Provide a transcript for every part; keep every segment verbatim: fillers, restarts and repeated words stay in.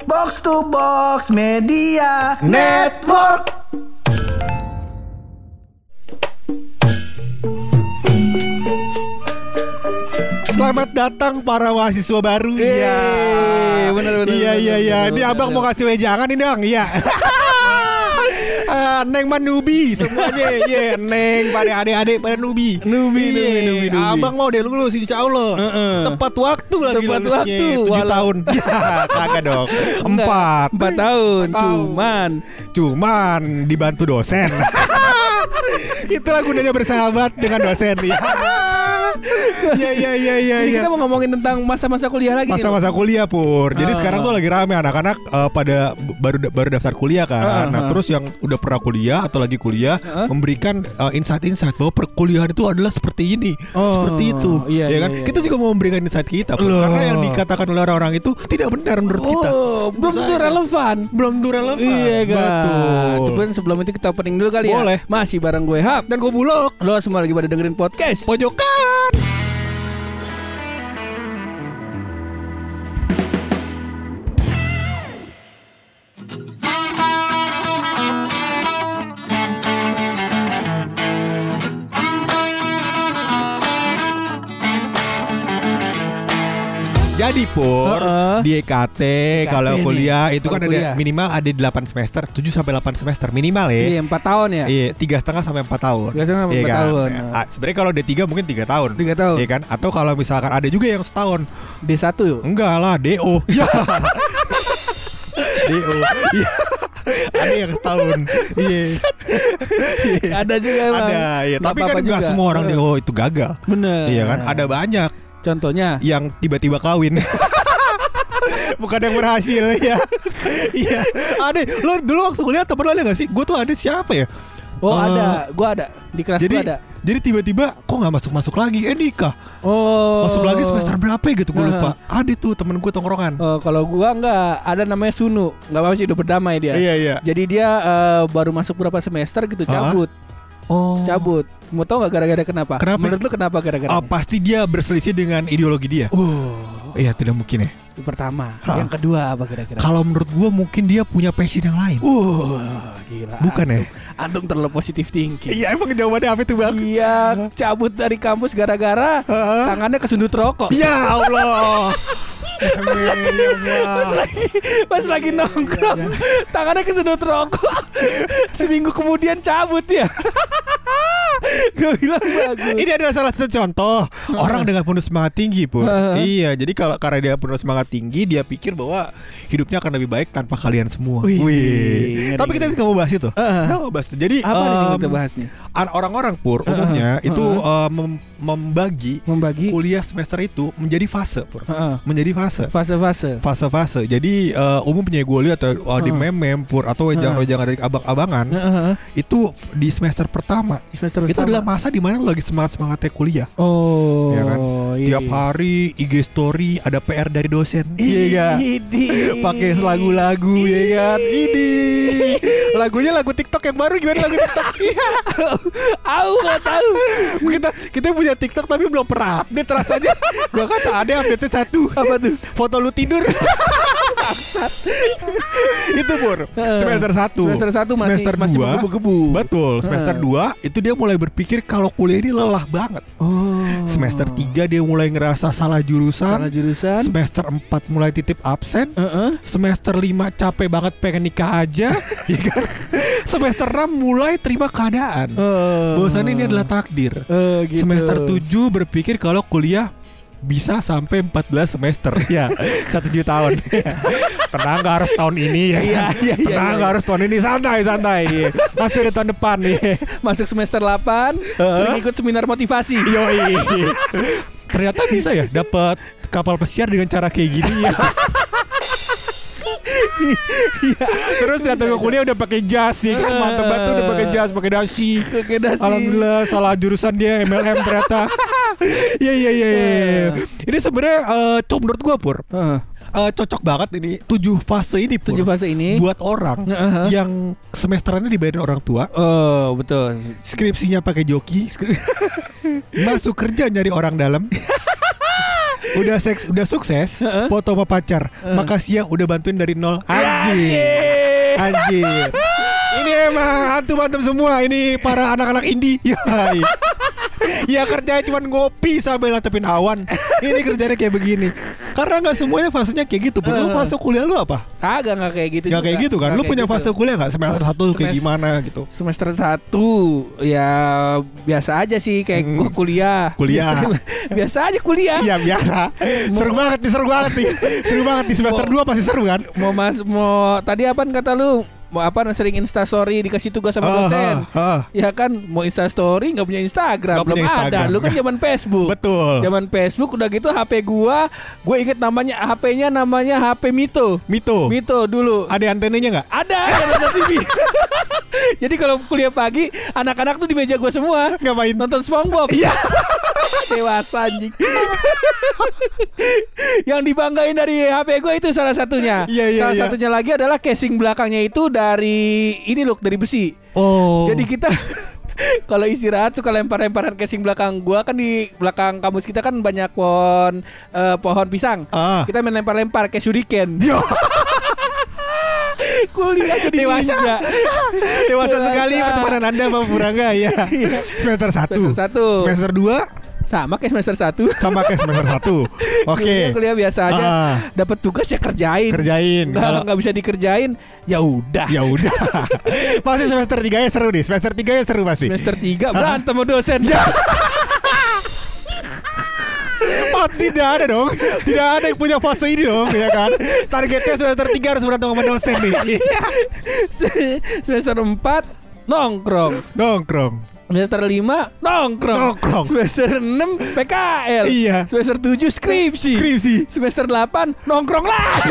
Box to Box Media Network. Selamat datang para mahasiswa baru. Iya, benar-benar. Iya, iya, iya. Ini abang mau kasih wejangan ini bang. Iya. Uh, Neng mah nubi semuanya. Iya, yeah, Neng pada adik-adik pada nubi. Nubi, yeah. nubi, nubi, nubi. Abang mau deh lulus insya Allah. Uh-uh. Tepat waktu lagi Tepat lulusnya. waktu. tujuh tahun. Ya, kagak dong. Empat. Empat tahun. tahun. Cuman, cuman dibantu dosen. Itulah gunanya bersahabat dengan dosen. Ya. Iya iya iya iya. Jadi kita mau ngomongin tentang masa-masa kuliah lagi. Masa-masa kuliah Pur. Jadi uh. sekarang tuh lagi rame anak-anak uh, pada baru baru daftar kuliah kan. Uh, nah, uh. terus yang udah pernah kuliah atau lagi kuliah uh. memberikan uh, insight-insight bahwa perkuliahan itu adalah seperti ini, oh, seperti itu. Iya, ya kan? Iya, iya. Kita juga mau memberikan insight kita Pur. Karena yang dikatakan oleh orang-orang itu tidak benar menurut oh, kita. Belum tentu relevan. Belum tentu relevan. Iya kan. Betul. Coba sebelum itu kita opening dulu kali ya. Boleh. Masih bareng gue Hap dan gue Bulog. Lo semua lagi pada dengerin podcast Pojokan. Jadi Pur, uh-uh. di E K T, E K T kalau kuliah nih. Itu kan kuliah. Ada minimal ada delapan semester, tujuh sampai delapan semester minimal ya. Iya, empat tahun ya. Iya, tiga setengah sampai empat tahun. tiga setengah sampai iya empat kan? tahun. Nah, sebenarnya kalau D tiga mungkin tiga tahun. tiga tahun. Iya kan? Atau kalau misalkan ada juga yang setahun. D satu yuk. Enggak lah, D O. Ya. D O. Iya. Ada yang setahun. Iya. Ada juga emang. Ada, iya. Tapi kan enggak semua orang D O itu gagal. Bener. Iya kan? Ada banyak. Contohnya yang tiba-tiba kawin. Bukan yang berhasil ya. Iya. Ada. Lo dulu waktu kuliah temen lo ada gak sih? Gue tuh ada siapa ya? Oh uh, ada. Gue ada. Di kelas gue ada. Jadi tiba-tiba kok gak masuk-masuk lagi? Eh nikah. Oh. Masuk lagi semester berapa ya gitu. Gue uh. lupa. Ada tuh temen gue tongkrongan. Oh, kalau gue gak. Ada namanya Sunu. Gak apa-apa sih, udah berdamai dia. Iya iya. Jadi dia uh, baru masuk berapa semester gitu, cabut. uh-huh. Oh. Cabut. Mau tau gak gara-gara kenapa? Kenapa? Menurut lu kenapa gara-gara? Oh, pasti dia berselisih dengan ideologi dia. Oh. Iya, tidak mungkin ya. Pertama. Ha. Yang kedua apa kira-kira? Kalau menurut gua mungkin dia punya passion yang lain. Uh, gila. Bukan antum, ya? Antum terlalu positif thinking. Iya, emang jawabannya apa itu, Bang? Iya, cabut dari kampus gara-gara uh. tangannya kesundut rokok. Ya Allah. Amin, ya pas lagi pas lagi nongkrong ya, ya. Tangannya kesundut rokok. Seminggu kemudian cabut ya. Gue bilang bagus. Ini adalah salah satu contoh uh. orang dengan penuh semangat tinggi Pur. uh. Iya, jadi kalau karena dia penuh semangat tinggi, dia pikir bahwa hidupnya akan lebih baik tanpa kalian semua. Wih, Wih. Tapi kita nggak mau bahas itu. uh. Nggak mau bahas itu. Jadi apa um, yang kita bahas nih? Orang-orang Pur umumnya uh. itu uh, mem- membagi membagi kuliah semester itu menjadi fase Pur. uh. Menjadi fase. Fase-fase. Fase-fase. Jadi uh, umumnya gue lihat atau uh, di meme-meme Pur atau wejang-wejang dari abang-abangan uh-huh. itu di semester pertama. Di semester itu pertama. adalah masa di mana lo lagi semangat-semangatnya kuliah. Oh. Ya kan? Iya. Tiap hari I G story ada P R dari dosen. Iya kan? Pakai lagu-lagu ya kan. Ini. Lagunya lagu TikTok yang baru, gimana lagu TikTok? Aku enggak tahu. Kita kita punya TikTok tapi belum pernah update rasanya. Gua kata ada update satu. Apa tuh? Foto lu tidur. Itu Pur. Semester satu. Semester satu masih semester masih dua, menggebu-gebu. Betul. Semester dua itu dia mulai berpikir kalau kuliah ini lelah banget. Oh. Semester tiga dia mulai ngerasa salah jurusan. Salah jurusan. Semester empat mulai titip absen. Uh-uh. Semester lima capek banget pengen nikah aja. Ya kan? Semester enam mulai terima keadaan. Uh. Bahwasannya ini adalah takdir. Uh, gitu. Semester tujuh berpikir kalau kuliah bisa sampai empat belas semester. Ya, satu juta tahun. Tenang, gak harus tahun ini ya. Iya, iya, Tenang, iya, gak harus tahun ini. Santai, santai. Masih ada tahun depan nih. Masuk semester delapan, uh? sering ikut seminar motivasi. Yoi. Ternyata bisa ya dapat kapal pesiar dengan cara kayak gini ya. Iya. Terus datang ke kuliah udah pakai jas sih kan, mantep banget udah pakai jas, pakai dasi. Pakai dasi. Alhamdulillah, salah jurusan dia M L M ternyata. Iya iya iya. Ini sebenarnya uh, cok menurut gua Pur. Uh. Uh, cocok banget ini tujuh fase ini Pur. Tujuh fase ini buat orang uh-huh. yang semesterannya dibayarin orang tua. Oh betul. Skripsinya pakai joki. Skrip- Masuk kerja nyari orang dalam. udah seks, udah sukses, foto sama pacar. Makasih yang udah bantuin dari nol. Anjir. Anjir. Ini emang hantu-hantu semua. Ini para anak-anak indie. Yai. Ya kerjanya cuma ngopi sambil latepin awan. Ini kerjanya kayak begini. Karena gak semuanya fasenya kayak gitu. Lu fase kuliah lu apa? Kagak, gak kayak gitu. Gak kayak gitu kan? Lu punya fase kuliah gak? Semester satu kayak gimana gitu? Semester satu ya biasa aja sih. Kayak hmm. gua kuliah. Kuliah Biasa, biasa aja kuliah. Iya biasa. Seru banget nih, seru banget nih. Seru banget di semester dua pasti seru kan? Mau mas, mau tadi apaan kata lu? Mau apa sering instastory dikasih tugas sama dosen. uh, uh, uh. Ya kan mau instastory nggak punya Instagram, gak belum punya Instagram. Ada. Lu kan zaman Facebook. Betul. Zaman Facebook udah gitu H P gua, gue inget namanya H P-nya namanya H P Mito. Mito. Mito dulu. Ada antenanya nggak? Ada, ada T V. Jadi kalau kuliah pagi, anak-anak tuh di meja gua semua. Ngapain? Nonton SpongeBob. Iya. Dewasa anjing. Yang dibanggain dari H P gue itu salah satunya. Iya, iya, salah iya. satunya lagi adalah casing belakangnya itu dari ini loh, dari besi. Oh. Jadi kita kalau istirahat suka lempar-lemparan casing belakang gua, kan di belakang kampus kita kan banyak pohon uh, pohon pisang. Ah. Kita main lempar-lempar kayak shuriken. Kuliah jadi dewasa. Dewasa. Dewasa sekali pertemanan Anda sama Purangga ya. Semester satu. Semester satu. Semester dua sama kayak semester satu. Sama kayak semester satu. Oke. Okay. Kuliah, kuliah biasa aja. Ah. Dapat tugas ya kerjain. Kerjain. Kalau nggak bisa dikerjain, ya udah. Ya udah. Pasti semester tiga ya seru nih. Semester tiga ya seru pasti. Semester tiga berantem sama dosen. Oh, tidak ada dong. Tidak ada yang punya fase ini dong, ya kan? Targetnya semester tiga harus berantem sama dosen nih. Semester empat nongkrong. Nongkrong. Semester lima nongkrong. Nongkrong. Semester enam P K L. Iya. Semester tujuh skripsi. Skripsi. Semester delapan nongkrong lagi.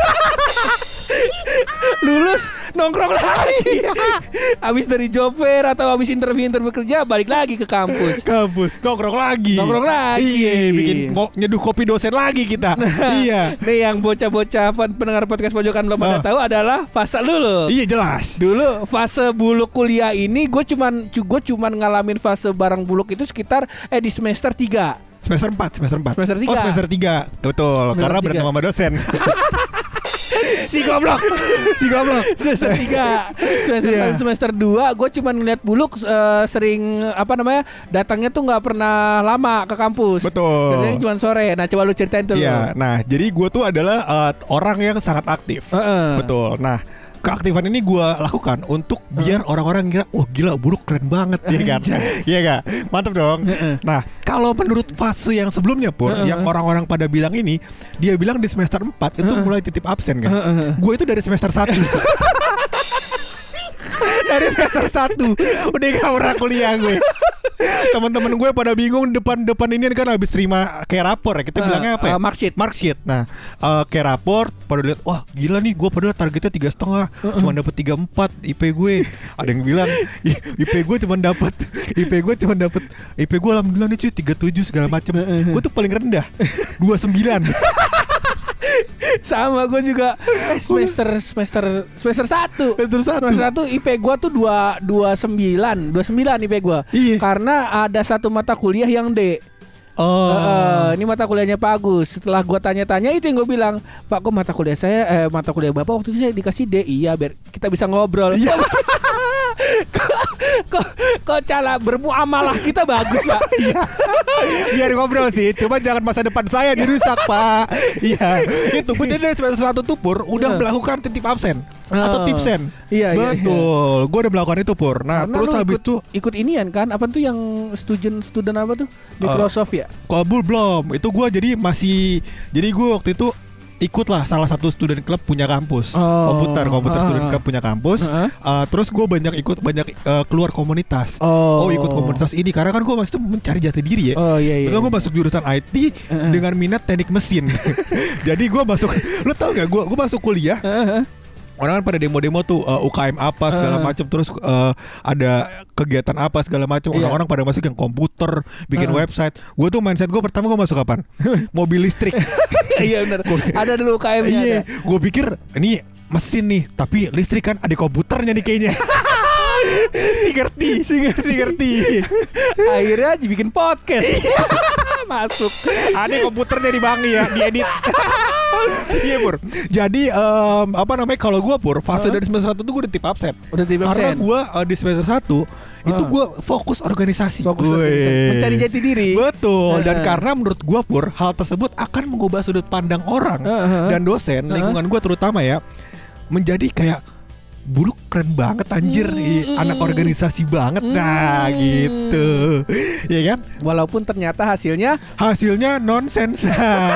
Lulus nongkrong lagi. Abis dari job fair atau abis interview-interview kerja balik lagi ke kampus. Kampus nongkrong lagi. Nongkrong lagi. Iya, bikin mo- nyeduh kopi dosen lagi kita. Iya. Nih yang bocah-bocah pendengar podcast pojokan belum pada ah. tahu adalah fase dulu. Iya jelas. Dulu fase buluk kuliah ini gue cuman gue cuman ngalamin fase barang buluk itu sekitar eh di semester tiga. Semester empat, semester empat. Semester tiga. Oh, semester tiga. Betul, semester karena berantem sama dosen. Si goblok. Si goblok. Semester tiga. Semester yeah. semester dua gue cuman ngeliat buluk uh, sering apa namanya? Datangnya tuh enggak pernah lama ke kampus. Betul. Datangnya cuma sore. Nah, coba lu ceritain tuh. Iya, lu. nah, jadi gue tuh adalah uh, orang yang sangat aktif. Uh-uh. Betul. Nah, keaktifan ini gue lakukan untuk biar uh. orang-orang kira, wah oh, gila buluk keren banget, ya kan? Iya gak? Mantap dong. Uh-uh. Nah, kalau menurut fase yang sebelumnya pun, uh-uh. yang orang-orang pada bilang ini, dia bilang di semester empat itu uh-uh. mulai titip absen kan? Uh-uh. Gue itu dari semester satu. Dari semester satu udah gak pernah kuliah gue. Teman-teman gue pada bingung depan-depan ini kan habis terima kayak rapor ya. Kita uh, bilangnya apa ya? Uh, marksheet. Marksheet. Nah, uh, kayak rapor pada lihat, wah gila nih gue padahal targetnya tiga setengah, uh-uh. cuma dapat tiga empat I P gue. Ada yang bilang I P gue cuma dapat I P gue cuma dapat I P gue alhamdulillah nih cuy tiga tujuh segala macam. Uh-uh. Gue tuh paling rendah dua sembilan. Sama gue juga eh, semester semester semester satu semester satu semester satu I P gue tuh dua dua sembilan dua sembilan I P gue. Iya. Karena ada satu mata kuliah yang D. Oh, uh, ini mata kuliahnya Pak Agus. Setelah gue tanya-tanya itu yang gue bilang, Pak, kok mata kuliah saya eh, mata kuliah Bapak waktu itu saya dikasih D. Iya, biar kita bisa ngobrol. Iya. kok, kok cara bermuamalah kita bagus, Pak. Iya. Biar ngobrol sih, cuma jangan masa depan saya dirusak, Pak. Iya. Itu gue jadi semester satu tupur udah melakukan titip absen. Atau tipsen. Iya, betul. Iya. Gue udah melakukan itu pur. Nah, karena terus habis ikut, itu ikut inian kan? Apa tuh yang student student apa tuh? Microsoft uh, ya? Kabul belum. Itu gue jadi masih. Jadi gue waktu itu ikutlah salah satu student club punya kampus. Oh. Komputer, komputer uh, student club punya kampus. Uh, uh, terus gue banyak ikut banyak uh, keluar komunitas. Oh. oh, ikut komunitas ini karena kan gue masih tuh mencari jati diri ya. Oh iya iya. Betul, gue masuk jurusan I T uh, dengan minat teknik mesin. Jadi gue masuk. Lo tau gak? Gue gue masuk kuliah. Uh, Orang kan pada demo-demo tuh uh, U K M apa segala macam, terus uh, ada kegiatan apa segala macam. Yeah. Orang-orang pada masuk yang komputer, bikin uh. website. Gue tuh mindset gue pertama gue masuk kapan? Mobil listrik. Iya benar. Ada dulu U K M-nya. Iya. Gue pikir ini mesin nih, tapi listrik kan ada komputernya nih kayaknya. si ngerti, si ngerti, si ngerti. Akhirnya dibikin podcast. Masuk. Ada komputernya di Bangi ya, diedit. Iya Pur. Jadi um, apa namanya kalau gue Pur fase Huh? dari semester satu tuh gue udah tip absen. Udah tip absen. Karena gue uh, di semester satu Huh? itu gue fokus organisasi. Fokus Wih. organisasi. Mencari jati diri. Betul. Dan Huh? karena menurut gue Pur hal tersebut akan mengubah sudut pandang orang Huh? dan dosen Huh? lingkungan gue terutama ya menjadi kayak Buluk keren banget anjir, Hmm, Ih, hmm, anak hmm. organisasi banget, nah Hmm. gitu, ya kan? Walaupun ternyata hasilnya Hasilnya nonsens.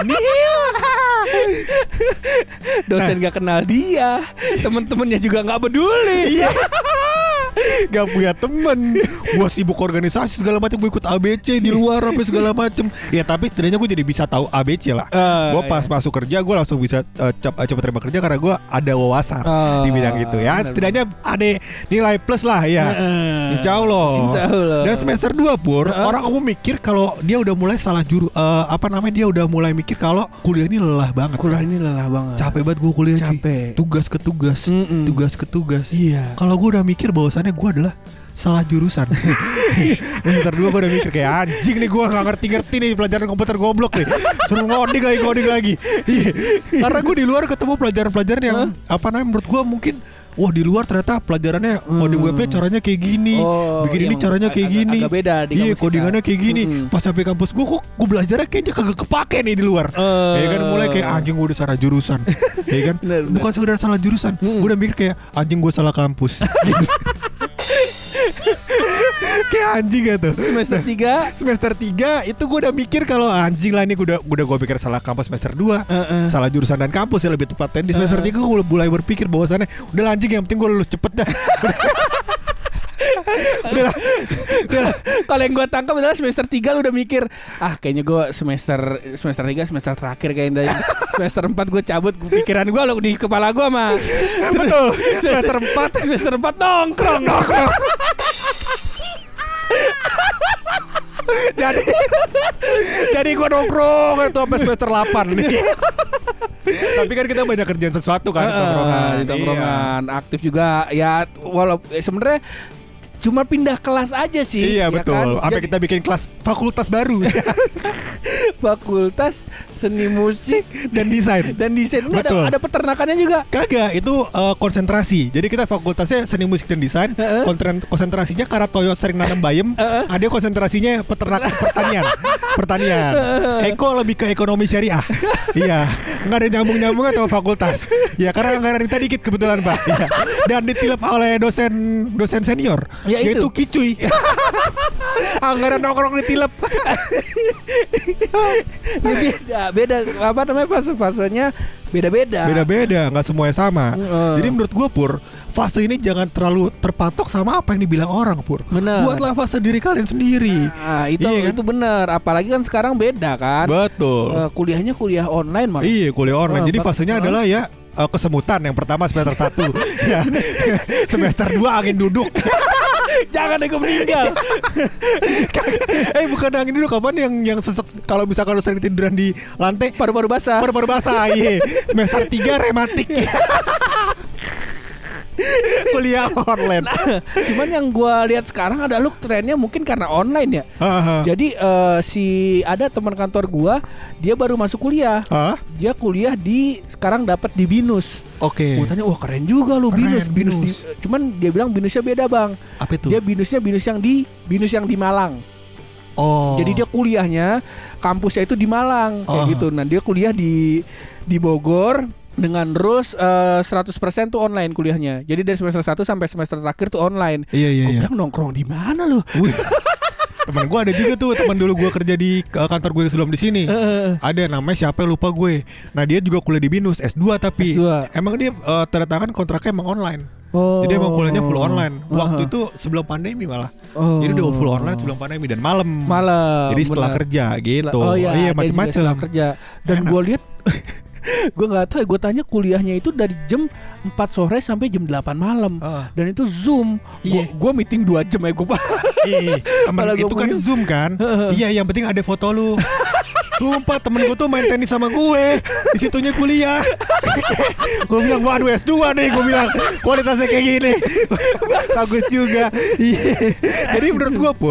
dosen Nah. gak kenal dia, temen-temennya juga gak peduli. Iya. Gak punya temen. Gua sibuk organisasi segala macam, gue ikut A B C di luar apa segala macam. Ya tapi setidaknya gue jadi bisa tahu A B C lah. Uh, Gue pas iya. masuk kerja gue langsung bisa uh, cep, uh, cepat terima kerja karena gue ada wawasan Oh, di bidang itu ya. benar, Setidaknya ada nilai plus lah ya. Uh, Insya Allah. Insya Allah. Dan semester dua Pur, Uh. orang umum mikir kalau dia udah mulai salah juru uh, apa namanya dia udah mulai mikir kalau kuliah ini lelah banget. Kuliah ini lelah banget. Capek banget gue kuliah cuy. Capek. Tugas ke tugas, Mm-mm. tugas ke tugas. Iya. Kalau gue udah mikir bahwasannya gue adalah salah jurusan. Semester dua gue udah mikir kayak anjing nih gue gak ngerti-ngerti nih pelajaran komputer goblok nih. Suruh ngoding lagi ngoding lagi. Iya. Karena gue di luar ketemu pelajaran-pelajaran yang Huh? apa namanya menurut gue mungkin wah di luar ternyata pelajarannya coding webnya caranya kayak gini, Oh, bikin ini yang caranya kayak agak- gini. agak beda di Iya kampus codingannya kita. kayak gini. Mm-mm. Pas sampai kampus gue kok gue belajarnya kayaknya kagak kepake nih di luar. Oh. Ya kan mulai kayak anjing gue udah salah jurusan. Ya kan Bener, bener. bukan sekedar salah jurusan. Mm-mm. Gue udah mikir kayak anjing gue salah kampus. Gitu. Kayak anjing gitu. Semester tiga. Semester tiga itu gue udah mikir kalau anjing lah ini gue udah udah gue pikir salah kampus semester dua. Uh-uh. Salah jurusan dan kampus ya lebih tepatnya. Di semester tiga gue mulai berpikir bahwasannya udah lah, anjing yang penting gue lulus cepet dah. Udah lah, udah lah. Kalau yang gue tangkap adalah semester tiga lu udah mikir, ah kayaknya gue semester semester tiga semester terakhir kayaknya dari semester empat gue cabut, gua, pikiran gue lo di kepala gue mah. Betul. Semester empat Semester empat nongkrong nongkrong. Jadi Jadi gue nongkrong itu sampai semester delapan nih. Tapi kan kita banyak kerjaan sesuatu kan, tongkrongan. Di tongkrongan aktif juga ya, walaupun eh, sebenarnya cuma pindah kelas aja sih. Iya ya betul. kan? Sampai Jadi, kita bikin kelas fakultas baru fakultas seni musik dan desain. dan desain. Ini Betul. ada, ada peternakannya juga. Kagak, itu uh, konsentrasi. Jadi kita fakultasnya seni musik dan desain. Heeh. Kontren- Konsentrasinya karena Toyo sering nanam bayam. Heeh. Ada konsentrasinya peternak pertanian. Pertanian. Eko lebih ke ekonomi syariah. Iya, nggak ada nyambung-nyambungnya sama fakultas. Ya karena anggaran kita dikit kebetulan Pak. Iya. Dan ditilap oleh dosen dosen senior. Ya, yaitu itu. Kicuy. Anggaran nongkrong ditilap. Ya beda, beda apa namanya fase-fasenya beda-beda. Beda-beda, nggak semuanya sama. Mm. Jadi menurut gue Pur, fase ini jangan terlalu terpatok sama apa yang dibilang orang Pur. Bener. Buatlah fase diri kalian sendiri. Nah, itu Iya kan? itu benar. Apalagi kan sekarang beda kan. Betul. Eh, kuliahnya kuliah online malah. Iya kuliah online. Oh, Jadi bak- fasenya oh. adalah ya uh, kesemutan yang pertama semester satu. Ya. Semester dua angin duduk. Jangan gue meninggal. Eh bukan angin duduk, kapan yang yang sesek kalau misalkan lu sering tiduran di lantai Paru-paru basah. baru-baru basah. Iya. Semester tiga rematik. Kuliah online. Cuman yang gue lihat sekarang ada lu trennya mungkin karena online ya. Haha. Jadi eh, si ada teman kantor gua, dia baru masuk kuliah. Hah? Dia kuliah di sekarang dapat di BINUS. Oke. Gua tanya, wah keren juga lu Keren, BINUS. BINUS BINUS. di- cuman dia bilang BINUSnya beda bang. Apa itu? Dia BINUSnya BINUS yang di BINUS yang di Malang. Oh. Jadi dia kuliahnya kampusnya itu di Malang kayak Oh. gitu. Nah dia kuliah di di Bogor dengan rules eh, seratus persen tuh online kuliahnya. Jadi dari semester satu sampai semester terakhir tuh online. Iya iya Gua iya. bilang nongkrong di mana lu? Wih. Teman gue ada juga tuh, teman dulu gue kerja di uh, kantor gue sebelum di sini. Ada namanya siapa lupa gue. Nah dia juga kuliah di BINUS S dua tapi S dua. emang dia uh, tanda tangan kontraknya emang online. Oh. Jadi emang kuliahnya full online. Waktu Aha. itu sebelum pandemi malah. Oh. Jadi udah full online sebelum pandemi dan malam. Malam. Jadi setelah benar. kerja gitu. Oh iya, iya dia juga macam-macam. setelah kerja. Dan Enak. gue lihat gue nggak tahu, gue tanya kuliahnya itu dari jam empat sore sampai jam delapan malam. Ah. Dan itu Zoom. Iya. Gue meeting dua jam ya gue. Iya, temen Malah gua itu kan punya- Zoom kan. Iya, yang penting ada foto lu. Sumpah temen gue tuh main tenis sama gue. Di situnya kuliah. Gue bilang waduh S dua nih. Gue bilang kualitasnya kayak gini. Bagus juga. Iya. Jadi menurut gue Pur,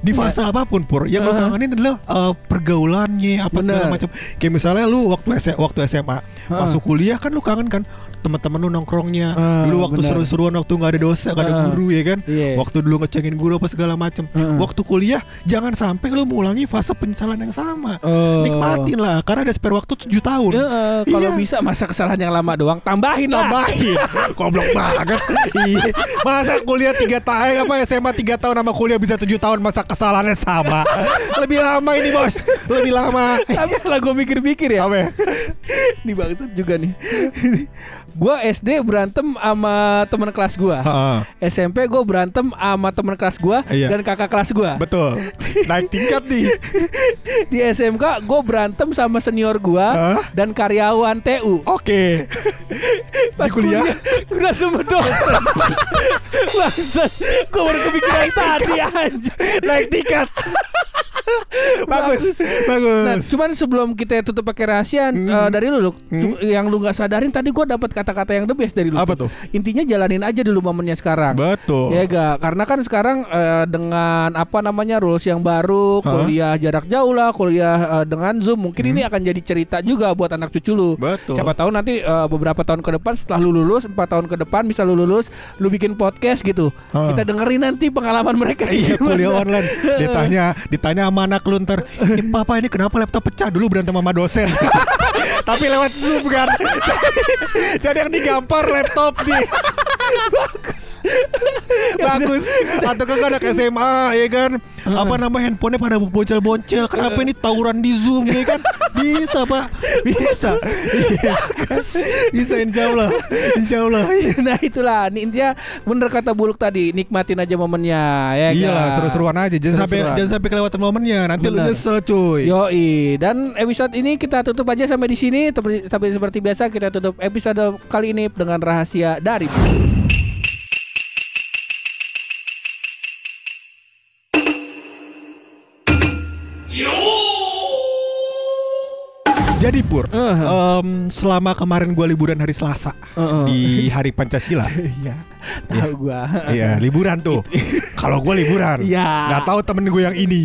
di fase apapun Pur. Yang lo kangenin adalah uh, pergaulannya apa Bener. segala macam. Kayak misalnya lu waktu S- waktu S M A masuk kuliah kan lu kangen kan teman-teman lu nongkrongnya. Uh, dulu waktu bener. seru-seruan waktu nggak ada dosen, nggak ada Uh, guru ya kan. iya. Waktu dulu ngecengin guru apa segala macam. Uh. Waktu kuliah jangan sampai lu mengulangi fase penyesalan yang sama. Oh. Nikmatin lah karena ada spare waktu tujuh tahun. Ya, eh, kalau Iya. bisa masa kesalahan yang lama doang tambahin lah. Tambahin. Goblok banget. Iya. Masa kuliah tiga tahun apa S M A tiga tahun sama kuliah bisa tujuh tahun masa kesalahannya sama. Lebih lama ini bos. Lebih lama. Tapi setelah gue mikir-mikir ya, Apa? nih bangsat juga nih. Gue S D berantem sama teman kelas gue. Heeh. S M P gue berantem sama teman kelas gue Iya. dan kakak kelas gue. Betul. Naik tingkat nih. Di S M K gue berantem sama senior gue Hah? dan karyawan T U. Oke. Di kuliah gue berantem sama dosen. Bangsat, gue baru kepikiran tadi aja. naik tingkat. Bagus. Bagus. Nah, cuman sebelum kita tutup pakai rahasia Hmm. eh, dari lu, lu Hmm. yang lu nggak sadarin tadi gue dapat kata-kata yang the best dari lu. Apa tuh? Intinya jalanin aja dulu momennya sekarang. Betul. Ya gak, karena kan sekarang eh, dengan apa namanya rules yang baru, Hah? kuliah jarak jauh lah, kuliah eh, dengan Zoom, mungkin ini akan jadi cerita juga buat anak cucu lu. Betul. Siapa tahu nanti eh, beberapa tahun ke depan setelah lu lulus, empat tahun ke depan bisa lu lulus, lu bikin podcast gitu. Hah. Kita dengerin nanti pengalaman mereka. Iya, gimana. kuliah online. Ditanya, ditanya sama anak lu ntar, "Eh, Papa ini kenapa laptop pecah dulu berantem sama dosen?" Tapi lewat Zoom kan. Jadi yang digampar laptop nih. Bagus. Atau kan anak S M A ya kan. Apa nama handphonenya pada boncel-boncel. Kenapa ini tawuran di Zoom ya kan? Bisa Pak. Bisa. Iya. Bisa insya Allah. Insya Allah. Nah itulah, nih intinya bener kata Buluk tadi, nikmatin aja momennya ya. Iyalah, kan? seru-seruan aja. Jangan sampai Seru-seruan. jangan sampai kelewatan momennya. Nanti lu Bener. nyesel cuy. Yoi, dan episode ini kita tutup aja sampai di sini. Tapi, tapi seperti biasa kita tutup episode kali ini dengan rahasia dari Jadi Pur, Uh-huh. em, selama kemarin gue liburan hari Selasa Uh-uh. di hari Pancasila. Iya, tahu gua. Iya, liburan tuh. Kalau gue liburan, Iya. nggak tahu temen gue yang ini.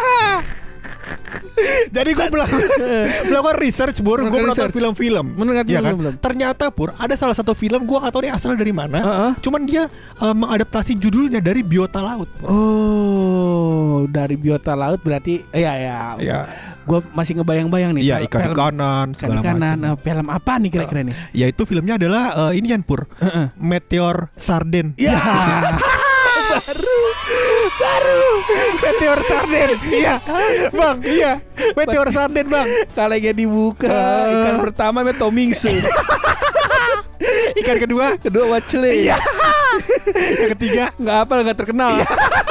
Jadi gue melakukan, melakukan research Pur, gue Melakukan menonton research. film-film. Menonton Iya kan? film-film. Ternyata Pur, ada salah satu film gue nggak tahu dia asal dari mana. Uh-uh. Cuman dia eh, mengadaptasi judulnya dari biota laut. Oh, dari biota laut berarti iya ya. Iya. Gue masih ngebayang-bayang nih. Iya, Film- ikan-ikanan segala Ikan-ikanan, macam. eh, film apa nih kira-kira nih? Ya itu filmnya adalah eh, ini kan Pur, Uh-uh. Meteor Sarden. Ya. baru, baru. Meteor Sarden. Iya. Bang, iya. Meteor Sarden, Bang. Kalengnya dibuka, Uh. ikan pertama met Tomingsu, Ikan kedua. kedua wacele, Iya. Yang ketiga. nggak apa nggak terkenal.